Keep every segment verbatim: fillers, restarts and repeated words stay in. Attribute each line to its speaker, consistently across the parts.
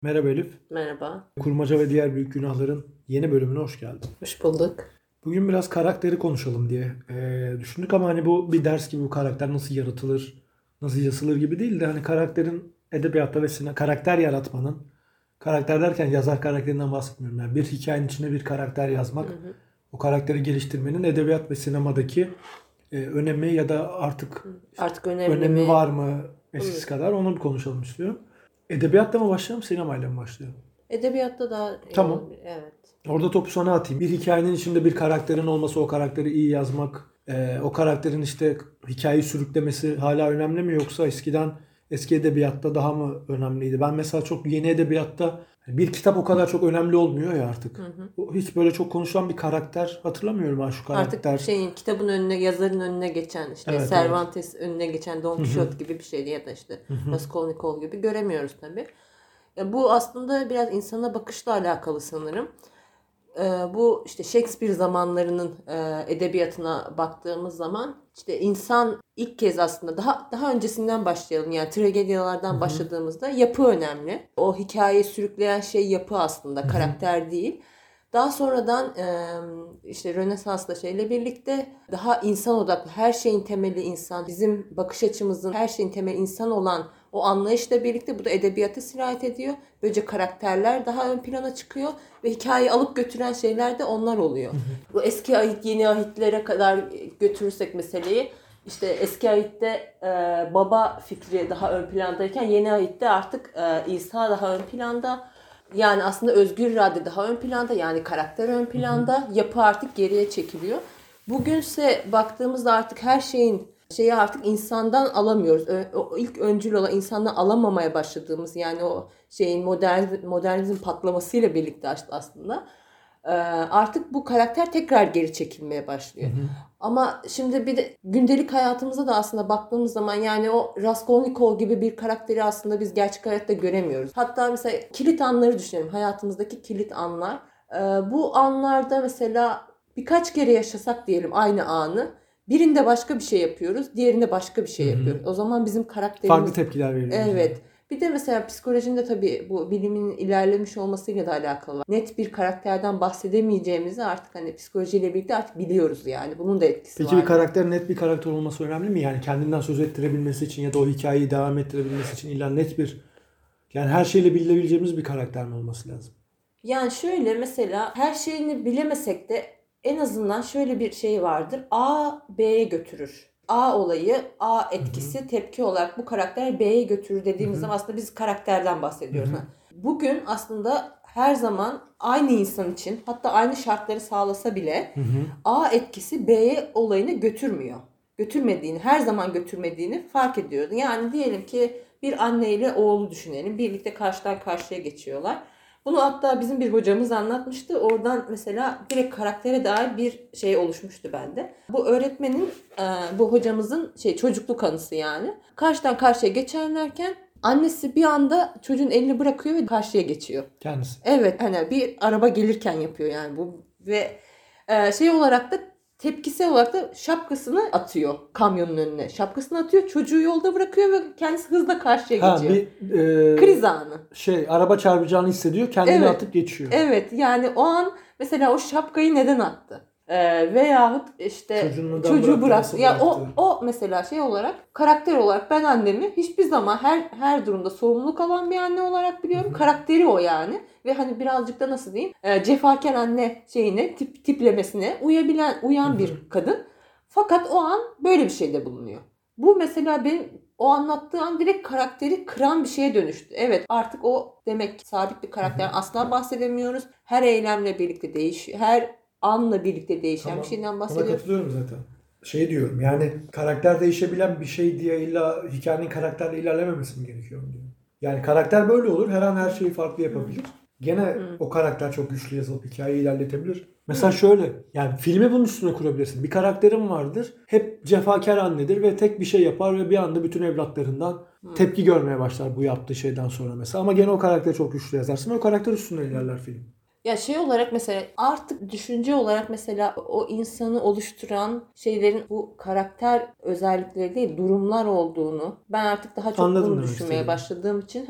Speaker 1: Merhaba Elif.
Speaker 2: Merhaba,
Speaker 1: Kurmaca ve Diğer Büyük Günahların yeni bölümüne hoş geldin.
Speaker 2: hoş bulduk.
Speaker 1: Bugün biraz karakteri konuşalım diye eee, düşündük ama hani bu bir ders gibi bu karakter nasıl yaratılır, nasıl yazılır gibi değil de hani karakterin edebiyatta ve sine karakter yaratmanın, karakter derken yazar karakterinden bahsetmiyorum. Yani bir hikayenin içine bir karakter
Speaker 2: Hı
Speaker 1: yazmak,
Speaker 2: hı.
Speaker 1: o karakteri geliştirmenin edebiyat ve sinemadaki eee, önemi ya da artık
Speaker 2: Hı.
Speaker 1: işte
Speaker 2: Artık önemli
Speaker 1: önemi
Speaker 2: mi?
Speaker 1: var mı eskisi
Speaker 2: Bunu
Speaker 1: kadar onu bir konuşalım istiyorum. Edebiyatla mı başlayalım, sinemayla mı başlayalım?
Speaker 2: edebiyatta daha iyi
Speaker 1: Tamam.
Speaker 2: olabilir. Evet.
Speaker 1: Orada topu sana atayım. Bir hikayenin içinde bir karakterin olması, o karakteri iyi yazmak, e, o karakterin işte hikayeyi sürüklemesi hala önemli mi yoksa eskiden eski edebiyatta daha mı önemliydi? Ben mesela çok yeni edebiyatta bir kitap o kadar çok önemli olmuyor ya
Speaker 2: Hı
Speaker 1: artık.
Speaker 2: hı.
Speaker 1: O hiç böyle çok konuşulan bir karakter hatırlamıyorum ben şu
Speaker 2: Artık
Speaker 1: karakter.
Speaker 2: şeyin kitabın önüne, yazarın önüne geçen işte
Speaker 1: Evet, evet.
Speaker 2: Cervantes önüne geçen Don
Speaker 1: Hı hı.
Speaker 2: Quixote gibi bir şeydi ya da işte
Speaker 1: Hı hı.
Speaker 2: Raskolnikov gibi göremiyoruz tabii. Ya bu aslında biraz insana bakışla alakalı sanırım. Ee, bu işte Shakespeare zamanlarının e, edebiyatına baktığımız zaman işte insan ilk kez aslında daha daha öncesinden başlayalım, yani
Speaker 1: Hı
Speaker 2: tragedyalardan
Speaker 1: hı.
Speaker 2: başladığımızda yapı önemli. O hikayeyi sürükleyen şey yapı
Speaker 1: Hı
Speaker 2: aslında,
Speaker 1: hı.
Speaker 2: karakter değil. Daha sonradan e, işte Rönesans'la şeyle birlikte daha insan odaklı, her şeyin temeli insan, bizim bakış açımızın her şeyin temeli insan olan o anlayışla birlikte bu da edebiyata sirayet ediyor. Böylece karakterler daha ön plana çıkıyor ve hikayeyi alıp götüren şeyler de onlar oluyor.
Speaker 1: Hı hı.
Speaker 2: Bu eski ahit yeni ahitlere kadar götürürsek meseleyi, işte eski ahitte e, baba fikri daha ön plandayken yeni ahitte artık e, İsa daha ön planda. Yani aslında özgür irade daha ön planda, yani karakter ön
Speaker 1: Hı hı.
Speaker 2: planda, yapı artık geriye çekiliyor. Bugünse baktığımızda artık her şeyin şeyi artık insandan alamıyoruz. Ö- O ilk öncül olan insandan alamamaya başladığımız, yani o şeyin modern modernizm patlamasıyla birlikte aslında e, artık bu karakter tekrar geri çekilmeye
Speaker 1: Hı
Speaker 2: başlıyor.
Speaker 1: hı.
Speaker 2: Ama şimdi bir de gündelik hayatımıza da aslında baktığımız zaman, yani o Raskolnikov gibi bir karakteri aslında biz gerçek hayatta göremiyoruz. Hatta mesela kilit anları düşünelim. Hayatımızdaki kilit anlar. Ee, bu anlarda mesela birkaç kere yaşasak diyelim aynı anı. Birinde başka bir şey yapıyoruz, diğerinde başka bir
Speaker 1: Hı
Speaker 2: şey
Speaker 1: hı.
Speaker 2: yapıyoruz. O zaman bizim
Speaker 1: Farklı
Speaker 2: karakterimiz,
Speaker 1: tepkiler veriyoruz yani.
Speaker 2: evet. Bir de mesela psikolojinde tabii bu bilimin ilerlemiş olmasıyla da alakalı var. Net bir karakterden bahsedemeyeceğimizi artık hani psikolojiyle birlikte artık biliyoruz yani. Bunun da etkisi
Speaker 1: Peki bir
Speaker 2: var.
Speaker 1: karakter net bir karakter olması önemli mi? Yani kendinden söz ettirebilmesi için ya da o hikayeyi devam ettirebilmesi için illa net bir yani her şeyle bilebileceğimiz bir karakter mi olması lazım?
Speaker 2: Yani şöyle, mesela her şeyini bilemesek de en azından şöyle bir şey vardır. A B'ye götürür. A olayı, A
Speaker 1: Hı hı.
Speaker 2: etkisi, tepki olarak bu karakter B'ye götürür
Speaker 1: Hı
Speaker 2: dediğimiz
Speaker 1: hı.
Speaker 2: zaman aslında biz karakterden
Speaker 1: Hı
Speaker 2: bahsediyoruz.
Speaker 1: hı.
Speaker 2: Ha. Bugün aslında her zaman aynı insan için, hatta aynı şartları sağlasa bile
Speaker 1: Hı hı.
Speaker 2: A etkisi B'ye olayını götürmüyor. Götürmediğini, her zaman götürmediğini fark ediyoruz. Yani diyelim ki bir anne ile oğlu düşünelim. Birlikte karşıdan karşıya geçiyorlar. Bunu hatta bizim bir hocamız anlatmıştı. Oradan mesela direkt karaktere dair bir şey oluşmuştu bende. Bu öğretmenin, e, bu hocamızın şey çocukluk anısı yani. Karşıdan karşıya geçerlerken annesi bir anda çocuğun elini bırakıyor ve karşıya geçiyor.
Speaker 1: Kendisi.
Speaker 2: Evet, hani bir araba gelirken yapıyor yani bu ve e, şey olarak da tepkisel olarak da şapkasını atıyor kamyonun önüne. Şapkasını atıyor, çocuğu yolda bırakıyor ve kendisi hızla karşıya
Speaker 1: Ha
Speaker 2: geçiyor.
Speaker 1: bir
Speaker 2: Kriz
Speaker 1: e,
Speaker 2: anı.
Speaker 1: şey araba çarpacağını hissediyor, kendini
Speaker 2: Evet.
Speaker 1: atıp geçiyor.
Speaker 2: Evet, yani o an mesela o şapkayı neden attı? Ee, veyahut işte
Speaker 1: Çocuğunu neden
Speaker 2: çocuğu
Speaker 1: bıraktı,
Speaker 2: bıraktı.
Speaker 1: nasıl
Speaker 2: Ya
Speaker 1: bıraktı?
Speaker 2: o o mesela şey olarak, karakter olarak ben annemi hiçbir zaman her her durumda sorumluluk alan bir anne olarak
Speaker 1: Hı
Speaker 2: biliyorum.
Speaker 1: hı.
Speaker 2: Karakteri o yani. Ve hani birazcık da nasıl diyeyim? E, cefakar anne şeyine, tip tiplemesine uyabilen
Speaker 1: Hı
Speaker 2: uyan
Speaker 1: hı.
Speaker 2: bir kadın. Fakat o an böyle bir şeyde bulunuyor. Bu mesela benim o anlattığı an direkt karakteri kıran bir şeye dönüştü. Evet, artık o demek ki sabit bir
Speaker 1: Hı hı.
Speaker 2: karakter asla bahsedemiyoruz. Her eylemle birlikte değişiyor. Her anla birlikte değişen bir
Speaker 1: Tamam.
Speaker 2: şeyden
Speaker 1: Ona
Speaker 2: bahsediyoruz.
Speaker 1: katılıyorum zaten. Şey diyorum yani karakter değişebilen bir şey diye illa hikayenin karakterle ilerlememesi mi gerekiyor diyor. Yani karakter böyle olur. Her an her şeyi farklı
Speaker 2: Hı
Speaker 1: yapabilir. Gene
Speaker 2: hı
Speaker 1: o karakter çok güçlü yazılıp hikayeyi ilerletebilir. Mesela
Speaker 2: hı
Speaker 1: şöyle yani filmi bunun üstüne kurabilirsin. Bir karakterin vardır. Hep cefakar annedir ve tek bir şey yapar ve bir anda bütün evlatlarından
Speaker 2: hı.
Speaker 1: tepki görmeye başlar bu yaptığı şeyden sonra mesela. Ama gene o karakteri çok güçlü yazarsın. O karakter üstünden ilerler film.
Speaker 2: Ya şey olarak mesela artık düşünce olarak mesela o insanı oluşturan şeylerin bu karakter özellikleri değil, durumlar olduğunu ben artık daha çok
Speaker 1: Anladım
Speaker 2: bunu
Speaker 1: demek
Speaker 2: düşünmeye
Speaker 1: istediğini.
Speaker 2: başladığım için hani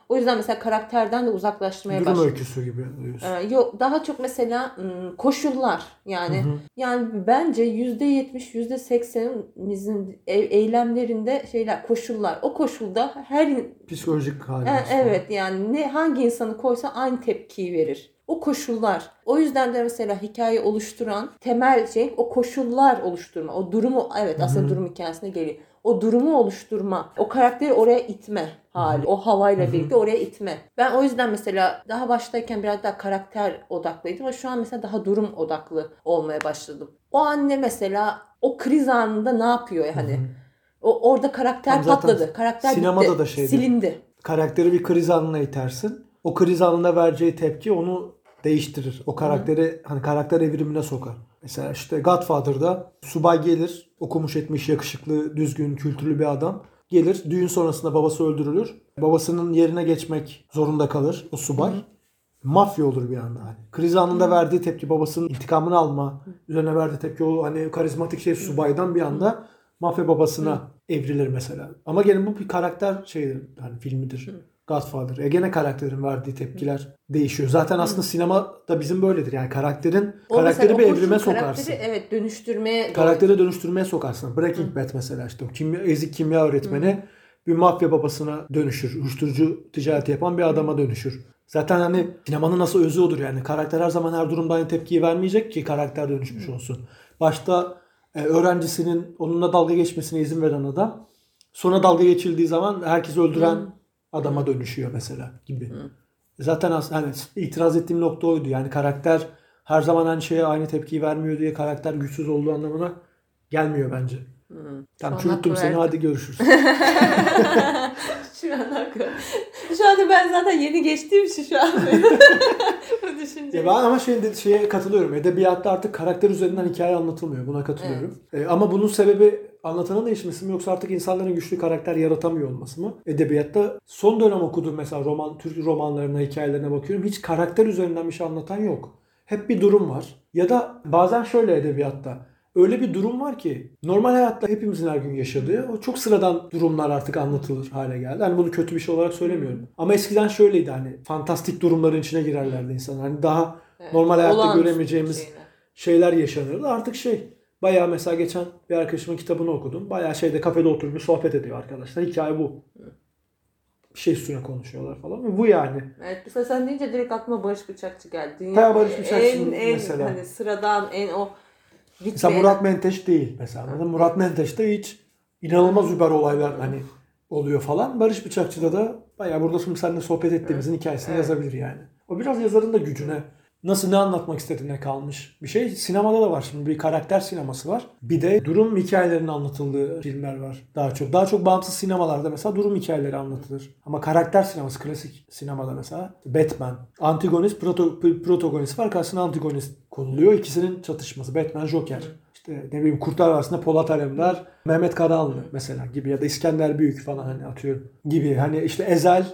Speaker 2: O yüzden mesela karakterden de uzaklaşmaya
Speaker 1: Durum
Speaker 2: başladım.
Speaker 1: öyküsü gibi diyorsun.
Speaker 2: Ee, yok daha çok mesela ım, koşullar yani
Speaker 1: Hı hı.
Speaker 2: yani bence yüzde yetmiş yüzde seksenimizin e- eylemlerinde şeyler koşullar. O koşulda her in-
Speaker 1: Psikolojik
Speaker 2: e,
Speaker 1: halimiz falan.
Speaker 2: evet yani ne hangi insanı koysa aynı tepkiyi verir. O koşullar. O yüzden de mesela hikaye oluşturan temel şey o koşullar oluşturma. O durumu evet aslında
Speaker 1: Hı hı.
Speaker 2: durum hikayesine geliyor. O durumu oluşturma. O karakteri oraya itme hali. O havayla
Speaker 1: Hı hı.
Speaker 2: birlikte oraya itme. Ben o yüzden mesela daha baştayken biraz daha karakter odaklıydım ama şu an mesela daha durum odaklı olmaya başladım. O anne mesela o kriz anında ne yapıyor hani?
Speaker 1: Hı hı.
Speaker 2: O orada karakter
Speaker 1: Tam zaten
Speaker 2: patladı. Karakter
Speaker 1: sinemada
Speaker 2: bitti.
Speaker 1: da şeydir.
Speaker 2: Silindi.
Speaker 1: Karakteri bir kriz anına itersin. O kriz anında vereceği tepki onu değiştirir. O karakteri hani karakter evrimine sokar. Mesela işte Godfather'da subay gelir. Okumuş etmiş yakışıklı, düzgün, kültürlü bir adam. Gelir. Düğün sonrasında babası öldürülür. Babasının yerine geçmek zorunda kalır o subay. Mafya olur bir anda hani. Kriz anında verdiği tepki babasının intikamını alma, üzerine verdiği tepki o hani karizmatik şey subaydan bir anda mafya babasına evrilir mesela. Ama gene bu bir karakter şeydir hani filmidir. Godfather. E gene karakterin verdiği tepkiler değişiyor. Zaten aslında sinema da bizim böyledir. Yani karakterin
Speaker 2: O
Speaker 1: karakteri
Speaker 2: mesela
Speaker 1: bir
Speaker 2: o koşul
Speaker 1: evrime
Speaker 2: karakteri
Speaker 1: sokarsın.
Speaker 2: evet dönüştürmeye doğru.
Speaker 1: Karakteri dönüştürmeye sokarsın. Breaking Bad mesela işte o kimya, ezik kimya öğretmeni bir mafya babasına dönüşür. Uyuşturucu ticareti yapan bir adama dönüşür. Zaten hani sinemanın nasıl özü odur yani. Karakter her zaman her durumda aynı tepkiyi vermeyecek ki karakter dönüşmüş olsun. Başta e, öğrencisinin onunla dalga geçmesine izin veren adam sonra dalga geçildiği zaman herkesi öldüren adama dönüşüyor mesela gibi. Zaten aslında hani itiraz ettiğim nokta oydu. Yani karakter her zaman aynı şeye aynı tepkiyi vermiyor diye karakter güçsüz olduğu anlamına gelmiyor bence.
Speaker 2: Hmm.
Speaker 1: Tamam
Speaker 2: Şu an
Speaker 1: çürüttüm
Speaker 2: haklı
Speaker 1: seni
Speaker 2: verdin.
Speaker 1: hadi görüşürüz.
Speaker 2: Şu an haklı. Şu anda ben zaten yeni geçtiğim için şu an bu düşünce.
Speaker 1: Ya ben ama şey, şeye katılıyorum. Edebiyatta artık karakter üzerinden hikaye anlatılmıyor. Buna katılıyorum. E, ama bunun sebebi anlatanın değişmesi mi yoksa artık insanların güçlü karakter yaratamıyor olması mı? Edebiyatta son dönem okuduğum mesela roman, Türk romanlarına, hikayelerine bakıyorum. Hiç karakter üzerinden bir şey anlatan yok. Hep bir durum var. Ya da bazen şöyle edebiyatta. Öyle bir durum var ki normal hayatta hepimizin her gün yaşadığı o çok sıradan durumlar artık anlatılır hale geldi. Hani bunu kötü bir şey olarak söylemiyorum. Ama eskiden şöyleydi hani fantastik durumların içine girerlerdi insanlar. Hani daha
Speaker 2: Evet,
Speaker 1: normal hayatta
Speaker 2: olağanüstü
Speaker 1: göremeyeceğimiz
Speaker 2: şeyler.
Speaker 1: şeyler yaşanırdı. Artık şey bayağı mesela geçen bir arkadaşımın kitabını okudum. Bayağı şeyde kafede oturmuş sohbet ediyor arkadaşlar. Hikaye bu. Bir şey üstüne konuşuyorlar falan. Bu yani.
Speaker 2: Evet mesela sen deyince direkt aklıma Barış Bıçakçı geldi. Dünya
Speaker 1: Ta Barış Bıçakçı'nın
Speaker 2: en, en,
Speaker 1: mesela.
Speaker 2: hani sıradan en o
Speaker 1: Mesela
Speaker 2: bitmeyen-
Speaker 1: Murat Menteş değil mesela. Anladın mı? Murat Menteş'te hiç inanılmaz über olaylar hani oluyor falan. Barış Bıçakçı'da da bayağı burada şimdi seninle sohbet ettiğimizin hikayesini
Speaker 2: Evet.
Speaker 1: yazabilir yani. O biraz yazarın da gücüne nasıl ne anlatmak istediğine kalmış bir şey. Sinemada da var şimdi bir karakter sineması var. Bir de durum hikayelerinin anlatıldığı filmler var daha çok. Daha çok bağımsız sinemalarda mesela durum hikayeleri anlatılır. Ama karakter sineması klasik sinemada mesela Batman. Antagonist, proto, protagonist var. Karşısına antagonist konuluyor. İkisinin çatışması. Batman, Joker. İşte ne bileyim Kurtlar Vadisi'nde Polat Alemdar, Mehmet Karahanlı mesela gibi ya da İskender Büyük falan hani atıyorum gibi. Hani işte Ezel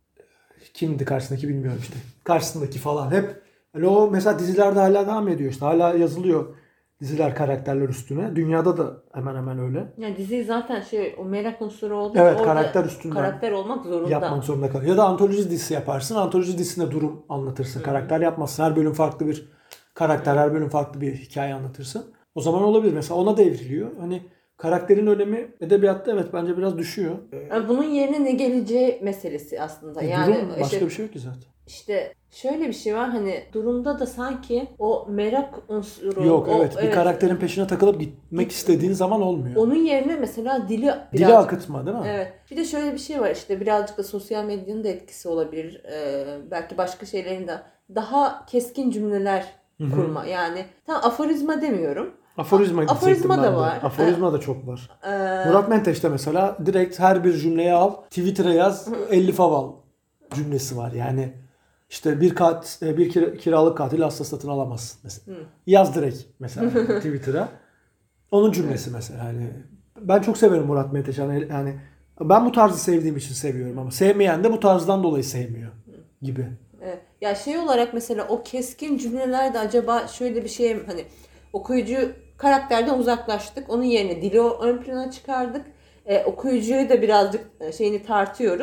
Speaker 1: kimdi karşısındaki bilmiyorum işte. Karşısındaki falan hep hani o mesela dizilerde hala devam ediyor işte. Hala yazılıyor diziler karakterler üstüne. Dünyada da hemen hemen öyle.
Speaker 2: Yani dizi zaten şey o merak unsuru olduğu
Speaker 1: Evet,
Speaker 2: için orada
Speaker 1: karakter üstünden
Speaker 2: karakter olmak zorunda.
Speaker 1: yapmak zorunda kalıyor. Ya da antoloji dizisi yaparsın. Antoloji dizisinde durum anlatırsın. Karakter yapmazsın. Her bölüm farklı bir karakter, her bölüm farklı bir hikaye anlatırsın. O zaman olabilir. Mesela ona devriliyor. Hani karakterin önemi edebiyatta evet bence biraz düşüyor.
Speaker 2: Yani bunun yerine ne geleceği meselesi aslında.
Speaker 1: E,
Speaker 2: yani
Speaker 1: durum başka
Speaker 2: işte,
Speaker 1: bir şey yok ki zaten.
Speaker 2: işte şöyle bir şey var hani durumda da sanki o merak unsuru
Speaker 1: Yok
Speaker 2: o,
Speaker 1: evet bir karakterin peşine takılıp gitmek istediğin zaman olmuyor.
Speaker 2: Onun yerine mesela dili birazcık,
Speaker 1: Dili akıtma değil mi?
Speaker 2: Evet. Bir de şöyle bir şey var işte birazcık da sosyal medyanın da etkisi olabilir. Ee, belki başka şeylerin de daha keskin cümleler
Speaker 1: Hı-hı.
Speaker 2: kurma. Yani tam aforizma demiyorum.
Speaker 1: Aforizma
Speaker 2: A- aforizma da
Speaker 1: ben de.
Speaker 2: var.
Speaker 1: Aforizma da çok var.
Speaker 2: Ee,
Speaker 1: Murat Menteş'te mesela direkt her bir cümleyi al, Twitter'a yaz, elli fav al cümlesi var. Yani işte bir kat bir kira- kiralık katil asla satın alamazsın mesela.
Speaker 2: Hı.
Speaker 1: Yaz direkt mesela Twitter'a. Onun cümlesi mesela hani ben çok severim Murat Menteş yani, yani ben bu tarzı sevdiğim için seviyorum ama sevmeyen de bu tarzdan dolayı sevmiyor gibi.
Speaker 2: Evet. Ya şey olarak mesela o keskin cümlelerde acaba şöyle bir şey hani okuyucu karakterden uzaklaştık. Onun yerine dili ön plana çıkardık. Ee, okuyucuyu da birazcık şeyini tartıyoruz.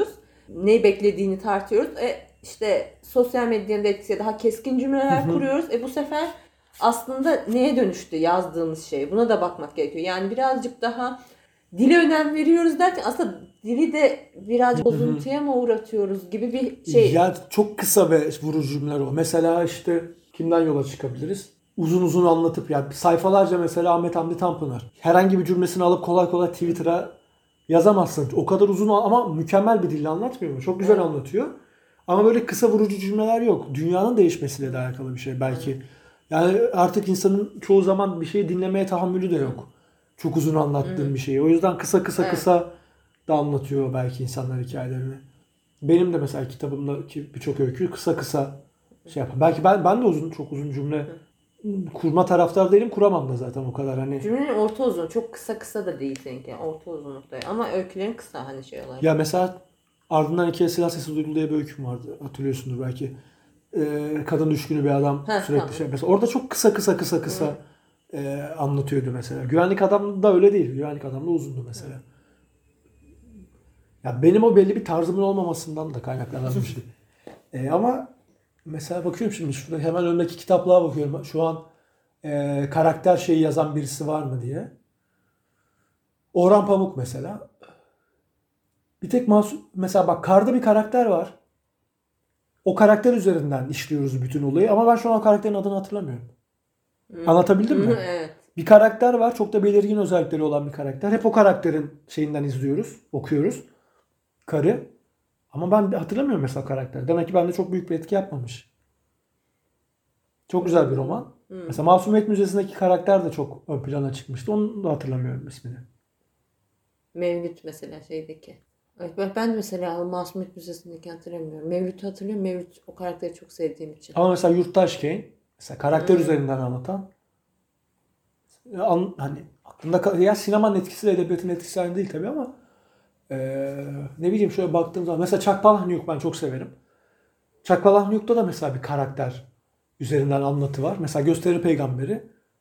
Speaker 2: ne beklediğini tartıyoruz. E, işte sosyal medyanın da etkisiyle daha keskin cümleler kuruyoruz. E bu sefer aslında neye dönüştü yazdığımız şey? Buna da bakmak gerekiyor. Yani birazcık daha dile önem veriyoruz derken aslında dili de birazcık bozuntuya mı uğratıyoruz gibi bir şey.
Speaker 1: Yani çok kısa ve vurucu cümleler o. Mesela işte kimden yola çıkabiliriz? Uzun uzun anlatıp yani sayfalarca mesela Ahmet Hamdi Tanpınar. Herhangi bir cümlesini alıp kolay kolay Twitter'a yazamazsın. O kadar uzun ama mükemmel bir dille anlatmıyor mu? Çok güzel
Speaker 2: Evet.
Speaker 1: anlatıyor. Ama böyle kısa vurucu cümleler yok. Dünyanın değişmesiyle de alakalı bir şey belki. Yani artık insanın çoğu zaman bir şeyi dinlemeye tahammülü de yok. Çok uzun anlattığım bir şeyi. O yüzden kısa kısa
Speaker 2: Evet.
Speaker 1: kısa da anlatıyor belki insanlar hikayelerini. Benim de mesela kitabımdaki birçok öykü kısa kısa şey yapar. Belki ben ben de uzun çok uzun cümle kurma taraftar değilim. Kuramam da zaten o kadar hani.
Speaker 2: Cümlenin orta uzun. Çok kısa kısa da değil seninki. Yani orta uzunlukta. Ama öykülerin kısa hani şey olarak.
Speaker 1: Ya mesela ardından ikiye silah sesi duyuldu diye bir öyküm vardı. Hatırlıyorsundur belki. Ee, kadın düşkünü bir adam
Speaker 2: Heh,
Speaker 1: sürekli
Speaker 2: tamam.
Speaker 1: şey. Mesela orada çok kısa kısa kısa kısa e, anlatıyordu mesela. Güvenlik adam da öyle değil. Güvenlik adam da uzundu mesela. Ya benim o belli bir tarzımın olmamasından da kaynaklanan bir şey. E, ama mesela bakıyorum şimdi şurada hemen önümdeki kitaplığa bakıyorum. Şu an e, karakter şeyi yazan birisi var mı diye. Orhan Pamuk mesela. Bir tek masum mesela bak Kar'da bir karakter var. O karakter üzerinden işliyoruz bütün olayı ama ben şu an o karakterin adını hatırlamıyorum. Anlatabildim mi?
Speaker 2: Evet.
Speaker 1: Bir karakter var. Çok da belirgin özellikleri olan bir karakter. Hep o karakterin şeyinden izliyoruz, okuyoruz. Karı. Ama ben hatırlamıyorum mesela karakter. Demek ki bende çok büyük bir etki yapmamış. Çok güzel bir roman. Mesela Masumiyet Müzesi'ndeki karakter de çok ön plana çıkmıştı. Onu da hatırlamıyorum ismini.
Speaker 2: Mevlüt mesela şeydeki. Evet, ben ben de mesela Masumiyet Müzesi'ndeki hatırlamıyorum. Mevlüt'ü hatırlıyorum. Mevlüt o karakteri çok sevdiğim için.
Speaker 1: Ama mesela Yurttaş Kane, mesela karakter üzerinden anlatan an, hani aklımda kal- ya sinemanın etkisiyle edebiyatın etkisi aynı değil tabii ama eee, ne bileyim şöyle baktığım zaman mesela Chuck Palahniuk ben çok severim. Chuck Palahniuk'ta da mesela bir karakter üzerinden anlatı var. Mesela Gösteri Peygamberi.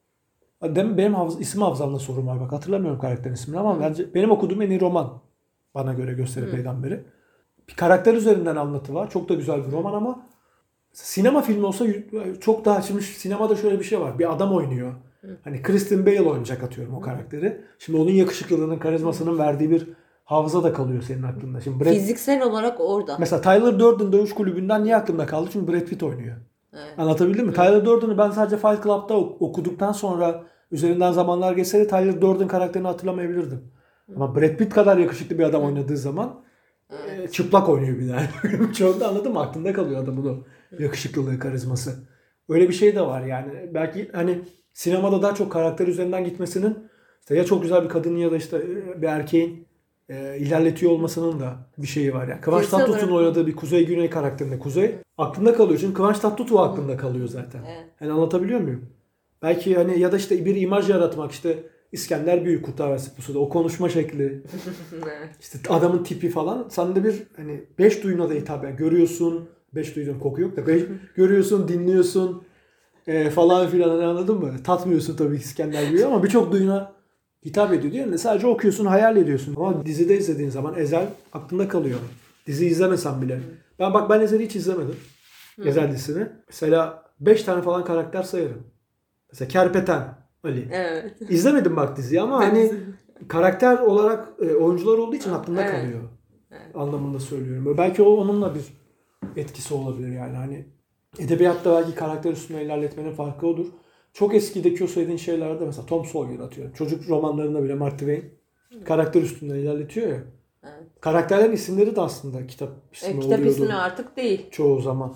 Speaker 1: Dem- Benim hafız, isim hafızamda sorun var. Bak hatırlamıyorum karakterin ismini ama bence benim okuduğum en iyi roman bana göre Gösteri Peygamberi. Bir karakter üzerinden anlatı var. Çok da güzel bir roman ama sinema filmi olsa y- çok daha şimdi sinemada şöyle bir şey var. Bir adam oynuyor. Hani Christian Bale oynayacak atıyorum o karakteri. Şimdi onun yakışıklılığının, karizmasının verdiği bir hafıza da kalıyor senin aklında. Şimdi Brad,
Speaker 2: Fiziksel olarak orada.
Speaker 1: mesela Tyler Durden Dövüş Kulübü'nden niye aklımda kaldı? Çünkü Brad Pitt oynuyor.
Speaker 2: Evet.
Speaker 1: Anlatabildim mi? Tyler Durden'ı ben sadece Fight Club'da ok- okuduktan sonra üzerinden zamanlar geçse de Tyler Durden karakterini hatırlamayabilirdim. Ama Brad Pitt kadar yakışıklı bir adam oynadığı zaman e, çıplak oynuyor bir daha. Çok da anladın mı? Aklında kalıyor adamın o yakışıklılığı, karizması. Öyle bir şey de var yani. Belki hani sinemada daha çok karakter üzerinden gitmesinin işte ya çok güzel bir kadının ya da işte e, bir erkeğin e, ilerletiyor olmasının da bir şeyi var yani. Kıvanç
Speaker 2: Fiziksel
Speaker 1: Tatlıtuğ'un
Speaker 2: olarak-
Speaker 1: oynadığı bir Kuzey Güney karakterinde Kuzey aklında kalıyor. Çünkü Kıvanç Tatlıtuğ aklında kalıyor zaten.
Speaker 2: Evet.
Speaker 1: Yani anlatabiliyor muyum? Belki hani ya da işte bir imaj yaratmak işte İskender Büyük Kurtlar Vadisi Pusu'da o konuşma şekli işte adamın tipi falan sende bir hani beş duyuna da hitap yani görüyorsun beş duyunun koku yok da beş, görüyorsun dinliyorsun e, falan filan hani anladın mı? Tatmıyorsun tabii ki İskender Büyük'ü ama birçok duyuna hitap ediyor diye. Yani sadece okuyorsun hayal ediyorsun ama dizide izlediğin zaman Ezel aklında kalıyor. Dizi izlemesen bile. Ben bak ben Ezel'i hiç izlemedim. Ezel dizisini. Mesela beş tane falan karakter sayarım. Mesela Kerpeten Ali.
Speaker 2: Evet.
Speaker 1: İzlemedim bak diziyi ama hani karakter olarak e, oyuncular olduğu için aklımda
Speaker 2: Evet.
Speaker 1: kalıyor. Anlamında söylüyorum. Belki o onunla bir etkisi olabilir yani. Hani edebiyatta belki karakter üstüne ilerletmenin farkı odur. Çok eskideki o söylediğin şeylerde mesela Tom Sawyer atıyorum. Çocuk romanlarında bile Mark Twain karakter üstünden ilerletiyor ya.
Speaker 2: Evet.
Speaker 1: Karakterlerin isimleri de aslında kitap ismi
Speaker 2: E, kitap
Speaker 1: oluyordu
Speaker 2: ismi artık değil.
Speaker 1: çoğu zaman.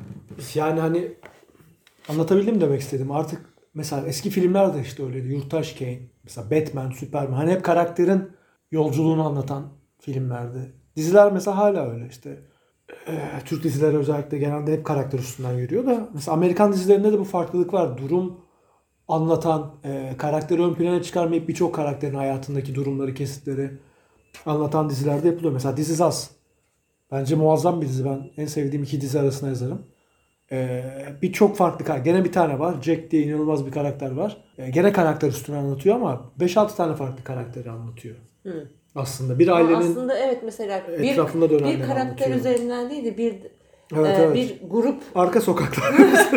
Speaker 1: Yani hani anlatabildim mi demek istedim. Artık mesela eski filmler de işte öyleydi. Yurttaş Kane, mesela Batman, Superman. Hani hep karakterin yolculuğunu anlatan filmlerdi. Diziler mesela hala öyle işte. Ee, Türk dizileri özellikle genelde hep karakter üstünden yürüyor da. Mesela Amerikan dizilerinde de bu farklılık var. Durum anlatan, e, karakteri ön plana çıkarmayıp birçok karakterin hayatındaki durumları, kesitleri anlatan dizilerde yapılıyor. Mesela This Is Us. Bence muazzam bir dizi. Ben en sevdiğim iki dizi arasına yazarım. Ee, birçok farklı karakter. Gene bir tane var. Jack diye inanılmaz bir karakter var. Ee, gene karakter üstüne anlatıyor ama beş altı tane farklı karakteri anlatıyor.
Speaker 2: Hı.
Speaker 1: aslında. Bir
Speaker 2: Ama
Speaker 1: ailenin
Speaker 2: aslında evet, mesela bir,
Speaker 1: etrafında
Speaker 2: bir
Speaker 1: dönenleri
Speaker 2: karakter
Speaker 1: anlatıyor.
Speaker 2: üzerinden değil de bir
Speaker 1: Evet,
Speaker 2: e,
Speaker 1: evet.
Speaker 2: bir grup
Speaker 1: Arka sokaklar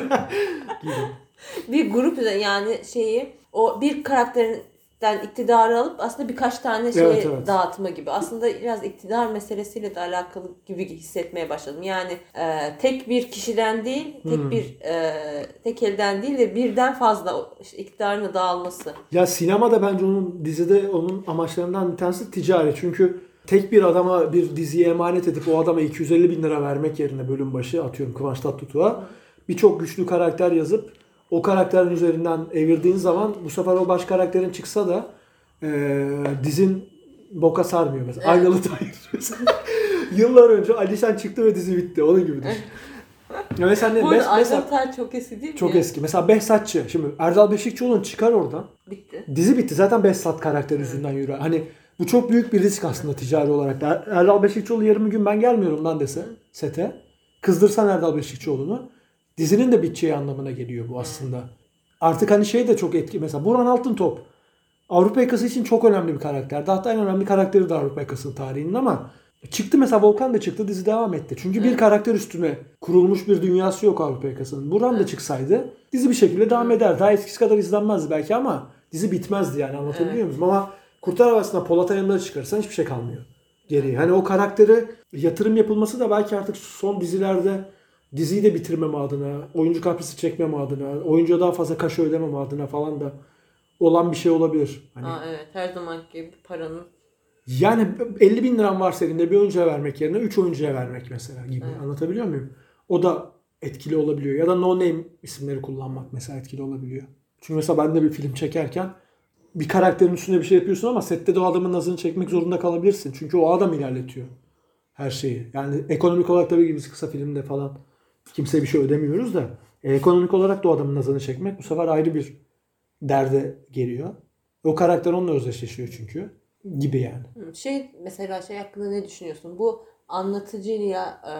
Speaker 1: gibi.
Speaker 2: bir grup üzerine, yani şeyi, o bir karakterinden iktidarı alıp aslında birkaç tane şeye
Speaker 1: Evet, evet.
Speaker 2: dağıtma gibi. Aslında biraz iktidar meselesiyle de alakalı gibi hissetmeye başladım. Yani e, tek bir kişiden değil, tek
Speaker 1: Hmm.
Speaker 2: bir e, tek elden değil de birden fazla o işte iktidarın dağılması.
Speaker 1: Ya sinemada bence onun, dizide onun amaçlarından bir tanesi ticari. Çünkü tek bir adama bir diziye emanet edip o adama iki yüz elli bin lira vermek yerine bölüm başı, atıyorum Kıvanç Tatlıtuğ'a, birçok güçlü karakter yazıp o karakterin üzerinden evirdiğin zaman bu sefer o baş karakterin çıksa da e, dizin boka sarmıyor mesela.
Speaker 2: Evet.
Speaker 1: Aynalı Tahir mesela. Yıllar önce Alişan çıktı ve dizi bitti. Onun gibi düşün. Ya mesela ne?
Speaker 2: Bu
Speaker 1: Mes-
Speaker 2: arada
Speaker 1: mesela
Speaker 2: Ayşe Tar çok eski değil mi?
Speaker 1: çok
Speaker 2: ya?
Speaker 1: eski. Mesela Behzatçı. Şimdi Erdal Beşikçioğlu'nu çıkar oradan.
Speaker 2: Bitti.
Speaker 1: Dizi bitti. Zaten Behzat karakteri yüzünden yürüyor. Hani bu çok büyük bir risk aslında ticari olarak da. Er- Erdal Beşikçioğlu yarın bir gün ben gelmiyorum lan dese sete. Kızdırsan Erdal Beşikçioğlu'nu. Dizinin de biteceği anlamına geliyor bu aslında. Artık hani şey de çok etki. Mesela Burhan Altıntop. Avrupa Yakası için çok önemli bir karakterdi. Hatta en önemli karakteri de Avrupa Yakası tarihinin, ama çıktı mesela, Volkan da çıktı, dizi devam etti. Çünkü bir
Speaker 2: Evet.
Speaker 1: karakter üstüne kurulmuş bir dünyası yok Avrupa Yakası'nın. Burhan da çıksaydı dizi bir şekilde devam eder. Daha eskisi kadar izlenmezdi belki ama dizi bitmezdi yani, anlatabiliyor muyum? Ama Kurtlar Vadisi'nde Polat Alemdar'ı çıkarırsan hiçbir şey kalmıyor geriye. Hani o karaktere yatırım yapılması da belki artık son dizilerde diziyi de bitirmeme adına, oyuncu kaprisi çekmeme adına, oyuncuya daha fazla kaşe ödememe adına falan da olan bir şey olabilir. Hani
Speaker 2: Aa, evet, her zamanki gibi paranın.
Speaker 1: yani elli bin liram varsa elinde bir oyuncuya vermek yerine üç oyuncuya vermek mesela gibi.
Speaker 2: Evet.
Speaker 1: Anlatabiliyor muyum? O da etkili olabiliyor. Ya da no name isimleri kullanmak mesela etkili olabiliyor. Çünkü mesela ben de bir film çekerken bir karakterin üstüne bir şey yapıyorsun ama sette de o adamın nazını çekmek zorunda kalabilirsin. Çünkü o adam ilerletiyor her şeyi. Yani ekonomik olarak tabii ki biz kısa filmde falan kimseye bir şey ödemiyoruz da e, ekonomik olarak da o adamın nazını çekmek bu sefer ayrı bir derde geliyor. O karakter onunla özdeşleşiyor çünkü. Gibi yani.
Speaker 2: Hı, Şey mesela şey hakkında ne düşünüyorsun? Bu anlatıcıyla e,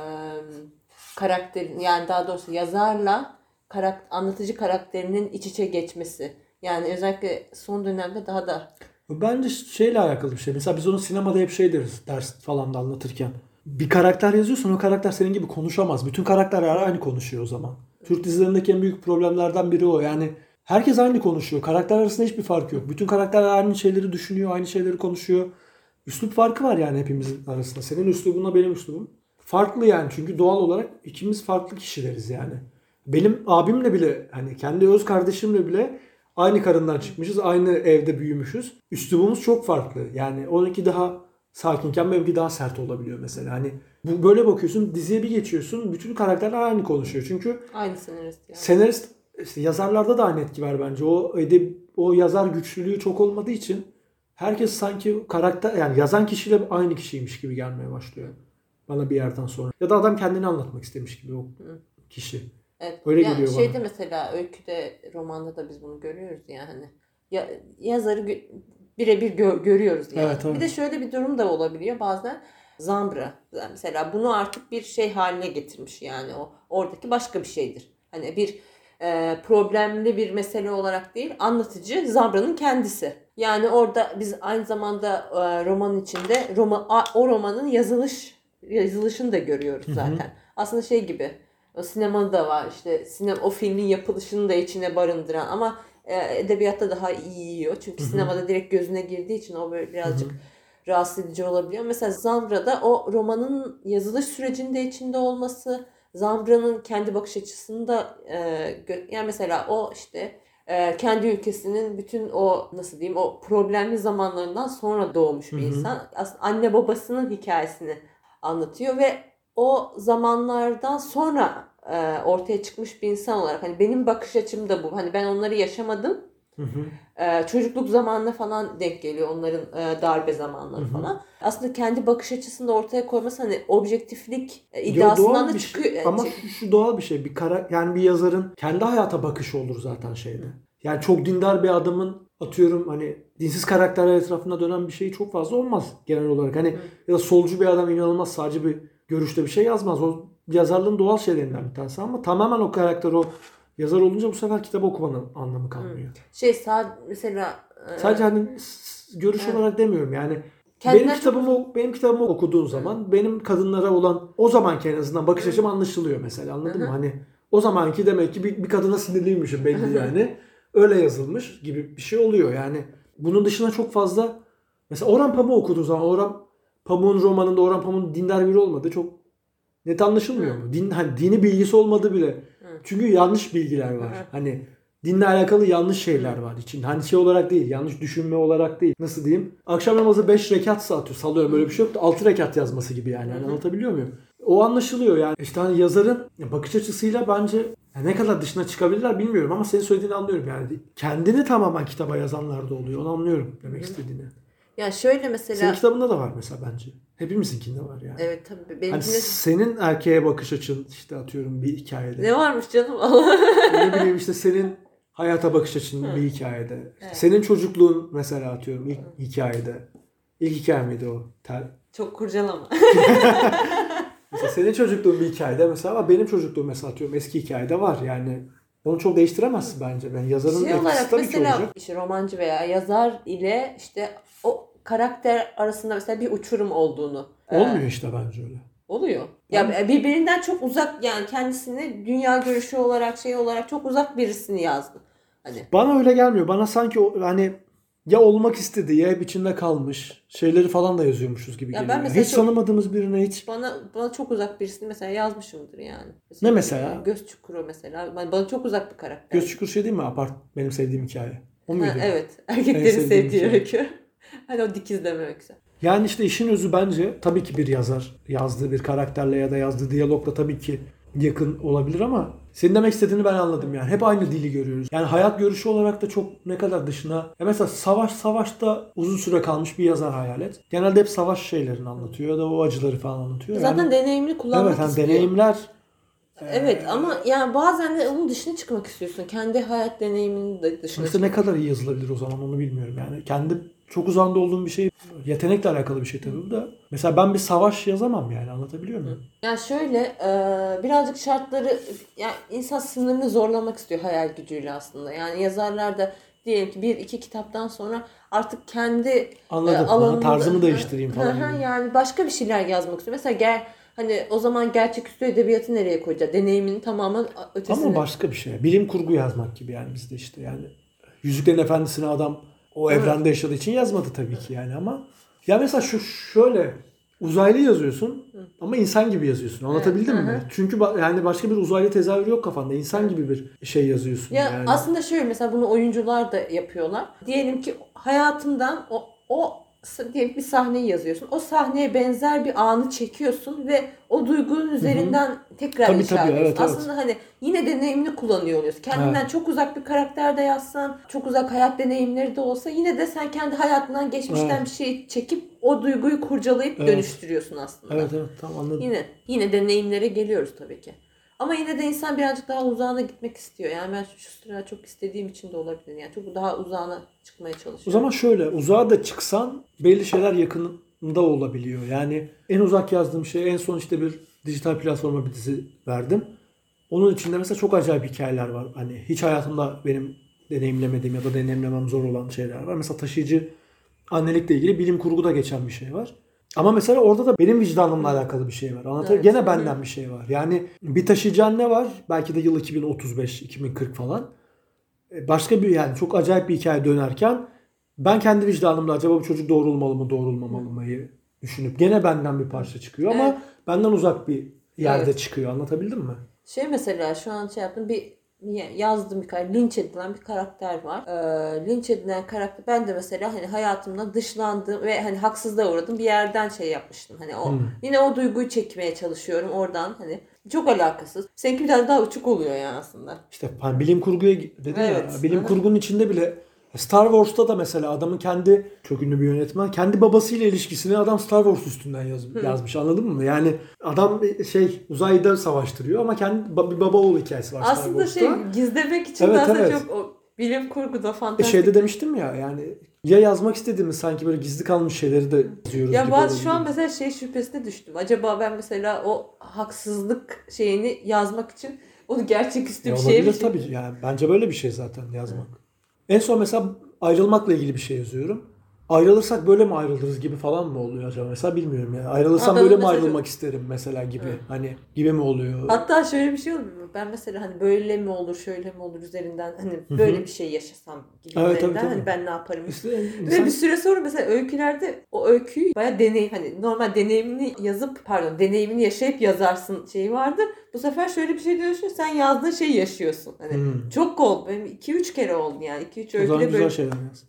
Speaker 2: karakterin, yani daha doğrusu yazarla karak anlatıcı karakterinin iç içe geçmesi. Yani özellikle son dönemde daha da.
Speaker 1: Bence şeyle alakalı bir şey. Mesela biz onu sinemada hep şey deriz, ders falan da anlatırken. Bir karakter yazıyorsan o karakter senin gibi konuşamaz. Bütün karakterler aynı konuşuyor o zaman. Türk dizilerindeki en büyük problemlerden biri o. Yani herkes aynı konuşuyor. Karakter arasında hiçbir fark yok. Bütün karakterler aynı şeyleri düşünüyor, aynı şeyleri konuşuyor. Üslup farkı var yani hepimizin arasında. Senin üslubunla benim üslubum farklı yani. Çünkü doğal olarak ikimiz farklı kişileriz yani. Benim abimle bile, hani kendi öz kardeşimle bile aynı karından çıkmışız, aynı evde büyümüşüz. Üslubumuz çok farklı. Yani onunki daha sakinken benimki daha sert olabiliyor mesela. Hani bu böyle bakıyorsun, diziye bir geçiyorsun, bütün karakterler aynı konuşuyor. Çünkü
Speaker 2: Aynı senarist yani.
Speaker 1: senarist, işte yazarlarda da aynı etki var bence. O edeb, o yazar güçlülüğü çok olmadığı için herkes sanki karakter, yani yazan kişiyle aynı kişiymiş gibi gelmeye başlıyor bana bir yerden sonra. Ya da adam kendini anlatmak istemiş gibi o kişi.
Speaker 2: Evet.
Speaker 1: Öyle
Speaker 2: yani
Speaker 1: geliyor
Speaker 2: şeyde
Speaker 1: bana.
Speaker 2: mesela öyküde, romanda da biz bunu görüyoruz yani. Hani ya, yazarı gö- birebir gö- görüyoruz yani.
Speaker 1: Evet, evet.
Speaker 2: Bir de şöyle bir durum da olabiliyor bazen. Zambra mesela bunu artık bir şey haline getirmiş, yani o oradaki başka bir şeydir. Hani bir e, problemli bir mesele olarak değil, anlatıcı Zambra'nın kendisi. Yani orada biz aynı zamanda e, romanın içinde Roma, a- o romanın yazılış yazılışını da görüyoruz zaten. Aslında şey gibi, o sinemada da var işte, sinem o filmin yapılışını da içine barındıran, ama e, edebiyatta daha iyi yiyor. Çünkü sinemada direkt gözüne girdiği için o böyle birazcık rahatsız edici olabiliyor. Mesela Zambra'da o romanın yazılış sürecinde içinde olması, Zambra'nın kendi bakış açısında e, gö- yani mesela o işte e, kendi ülkesinin bütün o, nasıl diyeyim, o problemli zamanlarından sonra doğmuş bir insan. Aslında anne babasının hikayesini anlatıyor ve o zamanlardan sonra e, ortaya çıkmış bir insan olarak, hani benim bakış açım da bu. Hani ben onları yaşamadım.
Speaker 1: Hı hı.
Speaker 2: Ee, çocukluk zamanına falan denk geliyor onların e, darbe zamanları falan. Aslında kendi bakış açısını da ortaya koyması, hani objektiflik e,
Speaker 1: Yo,
Speaker 2: iddiasından
Speaker 1: doğal
Speaker 2: da
Speaker 1: bir
Speaker 2: çıkıyor.
Speaker 1: şey. Ama şu, şu doğal bir şey. Bir kara, yani bir yazarın kendi hayata bakışı olur zaten şeyde. Yani çok dindar bir adamın, atıyorum hani dinsiz karakterler etrafında dönen bir şey çok fazla olmaz genel olarak. Hani ya da solcu bir adam inanılmaz sadece bir görüşte bir şey yazmaz. O yazarlığın doğal şeylerinden bir tanesi, ama tamamen o karakter o yazar olunca bu sefer kitabı okumanın anlamı kalmıyor.
Speaker 2: Şey sağ mesela e,
Speaker 1: Sadece hani s- görüş
Speaker 2: Evet.
Speaker 1: olarak demiyorum yani,
Speaker 2: Kendinden
Speaker 1: benim kitabımı benim kitabımı okuduğun zaman benim kadınlara olan o zamanki en azından bakış açım anlaşılıyor mesela, anladın mı? Hani o zamanki demek ki bir, bir kadına sinirliymişim belli yani. Öyle yazılmış gibi bir şey oluyor yani. Bunun dışında çok fazla mesela Orhan Pamuk okuduğun zaman Orhan Pamuk'un romanında Orhan Pamuk'un dindar biri olmadığı çok net anlaşılmıyor mu? Din, hani dini bilgisi olmadı bile. Çünkü yanlış bilgiler var. Hani dinle alakalı yanlış şeyler var için. Hani şey olarak değil, yanlış düşünme olarak değil. Nasıl diyeyim? Akşam namazı beş rekatsa atıyor. Sallıyorum, böyle bir şey yok da altı rekat yazması gibi yani. yani. Anlatabiliyor muyum? O anlaşılıyor yani. İşte hani yazarın bakış açısıyla bence yani ne kadar dışına çıkabilirler bilmiyorum ama senin söylediğini anlıyorum yani. Kendini tamamen kitaba yazanlar da oluyor. Onu anlıyorum demek istediğini.
Speaker 2: Ya şöyle mesela.
Speaker 1: Senin kitabında da var mesela bence. Hepimizinkinde var yani.
Speaker 2: Evet tabii. Benimkinde...
Speaker 1: Hani senin erkeğe bakış açın işte atıyorum bir hikayede.
Speaker 2: Ne varmış canım? Allah.
Speaker 1: Ne bileyim işte senin hayata bakış açın bir hikayede. İşte evet. Senin çocukluğun mesela atıyorum ilk Hı. hikayede. İlk hikaye miydi o? Tel.
Speaker 2: Çok kurcalama.
Speaker 1: Mesela senin çocukluğun bir hikayede mesela ama benim çocukluğum mesela atıyorum eski hikayede var yani. Onu çok değiştiremezsin bence. Ben yazarın
Speaker 2: şey
Speaker 1: etkisi tabii ki olacak.
Speaker 2: İşte romancı veya yazar ile işte o karakter arasında mesela bir uçurum olduğunu.
Speaker 1: Olmuyor e, işte bence öyle.
Speaker 2: Oluyor. Ya yani birbirinden çok uzak yani kendisini dünya görüşü olarak şey olarak çok uzak birisini yazdı. Hani
Speaker 1: bana öyle gelmiyor. Bana sanki o, hani ya olmak istediği ya hep içinde kalmış şeyleri falan da yazıyormuşuz gibi ya geliyor. Ben hiç çok, tanımadığımız birine hiç.
Speaker 2: Bana bana çok uzak birisini mesela yazmışımdır yani.
Speaker 1: Mesela, ne mesela?
Speaker 2: Göz Çukuru mesela. Bana çok uzak bir karakter.
Speaker 1: Göz Çukuru şey değil mi? Apart benim sevdiğim hikaye. O muydu?
Speaker 2: Ha, evet. Erkeklerin sevdiği öykü. Hani o dikizleme öyküsü.
Speaker 1: Yani işte işin özü bence tabii ki bir yazar yazdığı bir karakterle ya da yazdığı diyalogla tabii ki yakın olabilir ama senin demek istediğini ben anladım yani. Hep aynı dili görüyoruz. Yani hayat görüşü olarak da çok ne kadar dışına. Ya mesela savaş savaşta uzun süre kalmış bir yazar hayal et. Genelde hep savaş şeylerini anlatıyor ya da o acıları falan anlatıyor.
Speaker 2: Zaten
Speaker 1: yani,
Speaker 2: deneyimini kullanmak
Speaker 1: evet,
Speaker 2: istiyor.
Speaker 1: Evet deneyimler.
Speaker 2: Evet ee, ama yani bazen de onun dışına çıkmak istiyorsun. Kendi hayat deneyiminin de dışına
Speaker 1: işte ne kadar iyi yazılabilir o zaman onu bilmiyorum yani. Kendi çok uzağında olduğum bir şey, yetenekle alakalı bir şey tabii da. Mesela ben bir savaş yazamam yani, anlatabiliyor muyum?
Speaker 2: Yani şöyle birazcık şartları, yani insan sınırını zorlamak istiyor hayal gücüyle aslında. Yani yazarlar da diyelim ki bir iki kitaptan sonra artık kendi
Speaker 1: Anladım. Alanını tarzımı değiştireyim falan gibi.
Speaker 2: Yani başka bir şeyler yazmak istiyor. Mesela gel hani o zaman gerçeküstü edebiyatı nereye koyacağız? Deneyimin tamamen ötesine.
Speaker 1: Ama başka bir şey. Bilim kurgu yazmak gibi yani bizde işte yani. Yüzüklerin Efendisi'ni adam o evet. evrende yaşadığı için yazmadı tabii ki yani ama. Ya mesela şu şöyle uzaylı yazıyorsun ama insan gibi yazıyorsun. Anlatabildim evet. mi? Hı-hı. Çünkü yani başka bir uzaylı tezahürü yok kafanda. İnsan gibi bir şey yazıyorsun
Speaker 2: ya
Speaker 1: yani.
Speaker 2: Aslında şöyle mesela bunu oyuncular da yapıyorlar. Diyelim ki hayatımdan o o diye bir sahneyi yazıyorsun. O sahneye benzer bir anı çekiyorsun ve o duygunun üzerinden Hı-hı. tekrar
Speaker 1: tabii,
Speaker 2: inşa
Speaker 1: tabii,
Speaker 2: ediyorsun.
Speaker 1: evet,
Speaker 2: Aslında evet. hani yine deneyimini kullanıyor oluyorsun. Kendinden evet. çok uzak bir karakter de yazsan, çok uzak hayat deneyimleri de olsa yine de sen kendi hayatından geçmişten evet. bir şey çekip o duyguyu kurcalayıp evet. dönüştürüyorsun aslında.
Speaker 1: Evet evet tamam anladım.
Speaker 2: Yine yine deneyimlere geliyoruz tabii ki. Ama yine de insan birazcık daha uzağına gitmek istiyor. Yani ben şu sıra çok istediğim için de olabilir. Yani çok daha uzağına çıkmaya çalışıyorum.
Speaker 1: O zaman şöyle, uzağa da çıksan belli şeyler yakınında olabiliyor. Yani en uzak yazdığım şey, en son işte bir dijital platforma bir dizi verdim. Onun içinde mesela çok acayip hikayeler var. Hani hiç hayatımda benim deneyimlemediğim ya da deneyimlemem zor olan şeyler var. Mesela taşıyıcı annelikle ilgili bilim kurguda geçen bir şey var. Ama mesela orada da benim vicdanımla alakalı bir şey var. Anlatabiliyor evet. Gene benden bir şey var. Yani bir taşıyıcı anne var. Belki de yıl iki bin otuz beş iki bin kırk falan. Başka bir yani çok acayip bir hikaye dönerken ben kendi vicdanımla acaba bu çocuk doğrulmalı mı doğrulmamalı mı düşünüp gene benden bir parça çıkıyor ama evet. benden uzak bir yerde evet. çıkıyor. Anlatabildim mi?
Speaker 2: Şey mesela şu an şey yaptım bir yazdım bir karakter, linç edilen bir karakter var. Ee, linç edilen karakter ben de mesela hani hayatımdan dışlandım ve hani haksızlığa uğradım bir yerden şey yapmıştım. Hani o hmm. yine o duyguyu çekmeye çalışıyorum oradan hani çok alakasız. Seninki biraz daha uçuk oluyor yani aslında.
Speaker 1: İşte hani bilim kurguya dedin evet. ya. Bilim kurgunun içinde bile Star Wars'ta da mesela adamın kendi çok ünlü bir yönetmen kendi babasıyla ilişkisini adam Star Wars üstünden yaz, yazmış anladın mı? Yani adam şey uzayda savaştırıyor ama kendi bir baba oğul hikayesi var
Speaker 2: aslında
Speaker 1: Star Wars'ta.
Speaker 2: Aslında şey gizlemek için evet, aslında evet. çok o bilim kurguda fantastik.
Speaker 1: E şeyde demiştim ya yani ya yazmak istediğimiz sanki böyle gizli kalmış şeyleri de yazıyoruz
Speaker 2: ya
Speaker 1: gibi.
Speaker 2: Ya ben şu an mesela şey şüphesine düştüm. Acaba ben mesela o haksızlık şeyini yazmak için onu gerçeküstü bir şey mi?
Speaker 1: Olabilir tabii yani bence böyle bir şey zaten yazmak. Hı. En son mesela ayrılmakla ilgili bir şey yazıyorum. ayrılırsak böyle mi ayrılırız gibi falan mı oluyor acaba? Mesela bilmiyorum ya. Ayrılırsam
Speaker 2: Adamın
Speaker 1: böyle mi
Speaker 2: mesela-
Speaker 1: ayrılmak isterim mesela gibi.
Speaker 2: Hı.
Speaker 1: Hani gibi mi oluyor?
Speaker 2: Hatta şöyle bir şey olur mu? Ben mesela hani böyle mi olur, şöyle mi olur üzerinden hani böyle bir şey yaşasam gibi
Speaker 1: Evet,
Speaker 2: üzerinden
Speaker 1: tabii, tabii.
Speaker 2: hani ben ne yaparım?
Speaker 1: İşte
Speaker 2: Ve
Speaker 1: insan-
Speaker 2: bir süre sonra mesela öykülerde o öyküyü bayağı deneyim hani normal deneyimini yazıp pardon deneyimini yaşayıp yazarsın şeyi vardır. Bu sefer şöyle bir şey diyorsun, sen yazdığın şeyi yaşıyorsun. Hani
Speaker 1: Hmm.
Speaker 2: çok oldu. Benim iki üç kere oldu yani. iki üç
Speaker 1: O zaman
Speaker 2: öyküde
Speaker 1: güzel
Speaker 2: böyle.
Speaker 1: şeyler yaz.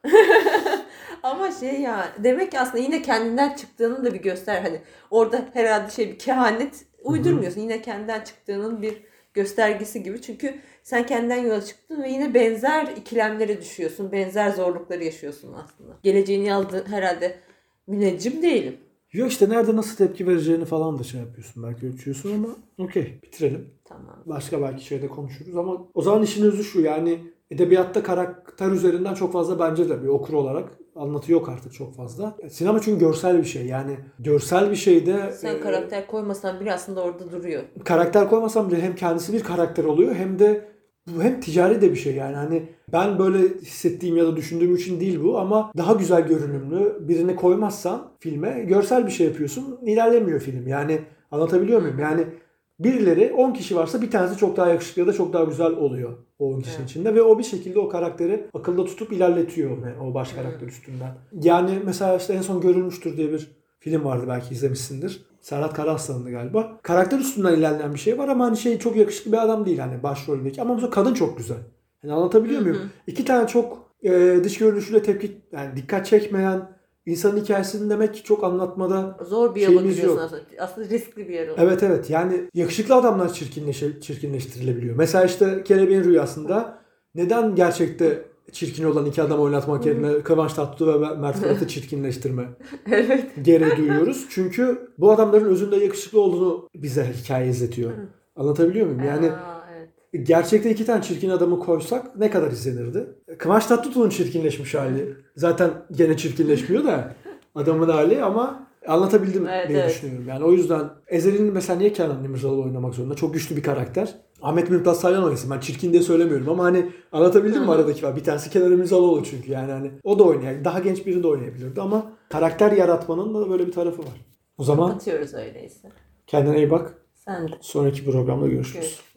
Speaker 2: Ama şey ya demek ki aslında yine kendinden çıktığının da bir göster hani orada herhalde şey bir kehanet uydurmuyorsun. Yine kendinden çıktığının bir göstergesi gibi. Çünkü sen kendinden yola çıktın ve yine benzer ikilemlere düşüyorsun. Benzer zorlukları yaşıyorsun aslında. Geleceğini yazdığın herhalde müneccim değilim.
Speaker 1: Yok işte nerede nasıl tepki vereceğini falan da şey yapıyorsun. Belki ölçüyorsun ama okey bitirelim.
Speaker 2: Tamam.
Speaker 1: Başka belki şeyde konuşuruz ama o zaman işin özü şu yani edebiyatta karakter üzerinden çok fazla bence de bir okur olarak anlatı yok artık çok fazla. Sinema çünkü görsel bir şey yani görsel bir şeyde
Speaker 2: Sen
Speaker 1: e,
Speaker 2: karakter koymasan bile aslında orada duruyor.
Speaker 1: karakter koymasam bile hem kendisi bir karakter oluyor hem de bu hem ticari de bir şey yani hani ben böyle hissettiğim ya da düşündüğüm için değil bu ama daha güzel görünümlü birini koymazsan filme görsel bir şey yapıyorsun ilerlemiyor film yani anlatabiliyor muyum yani birileri on kişi varsa bir tanesi çok daha yakışıklı ya da çok daha güzel oluyor o on kişinin
Speaker 2: Evet.
Speaker 1: içinde ve o bir şekilde o karakteri akılda tutup ilerletiyor yani o baş karakter üstünden. Yani mesela işte en son Görülmüştür diye bir film vardı belki izlemişsindir. Serhat Karaaslan'dı galiba. Karakter üstünden ilerleyen bir şey var ama hani şey çok yakışıklı bir adam değil hani başroldeki ama bu kadın çok güzel. Yani anlatabiliyor
Speaker 2: Hı hı.
Speaker 1: muyum? İki tane çok e, dış görünüşüyle tepki yani dikkat çekmeyen insanın hikayesini demek ki çok anlatmada
Speaker 2: Zor bir yola
Speaker 1: şeyimiz
Speaker 2: giriyorsun
Speaker 1: yok.
Speaker 2: aslında. Aslında riskli bir yer o.
Speaker 1: Evet evet yani yakışıklı adamlar çirkinleşe, çirkinleştirilebiliyor. Mesela işte Kelebeğin Rüyası'nda neden gerçekte çirkin olan iki adam oynatmak yerine Kıvanç Tatlıtuğ ve Mert Fırat'ı çirkinleştirme
Speaker 2: Evet.
Speaker 1: gereği duyuyoruz. Çünkü bu adamların özünde yakışıklı olduğunu bize hikaye izletiyor. Anlatabiliyor muyum? Yani
Speaker 2: Aa, evet.
Speaker 1: gerçekte iki tane çirkin adamı koysak ne kadar izlenirdi? Kıvanç Tatlıtuğ'un çirkinleşmiş hali. Zaten gene çirkinleşmiyor da adamın hali ama anlatabildim
Speaker 2: Evet,
Speaker 1: diye
Speaker 2: evet.
Speaker 1: düşünüyorum. Yani o yüzden Ezel'in mesela niye Kenan İmirzalıoğlu oynamak zorunda? Çok güçlü bir karakter. Ahmet Mümtaz Taylan oynasın. Ben çirkin diye söylemiyorum ama hani anlatabildim mi
Speaker 2: Hı hı.
Speaker 1: aradaki var? Bir tanesi Kenan İmirzalıoğlu çünkü yani hani o da oynayabilir. Daha genç biri de oynayabilirdi ama karakter yaratmanın da böyle bir tarafı var. O zaman
Speaker 2: Kapatıyoruz öyleyse.
Speaker 1: kendine iyi bak.
Speaker 2: Sen de.
Speaker 1: Sonraki programda görüşürüz.
Speaker 2: Görüşürüz.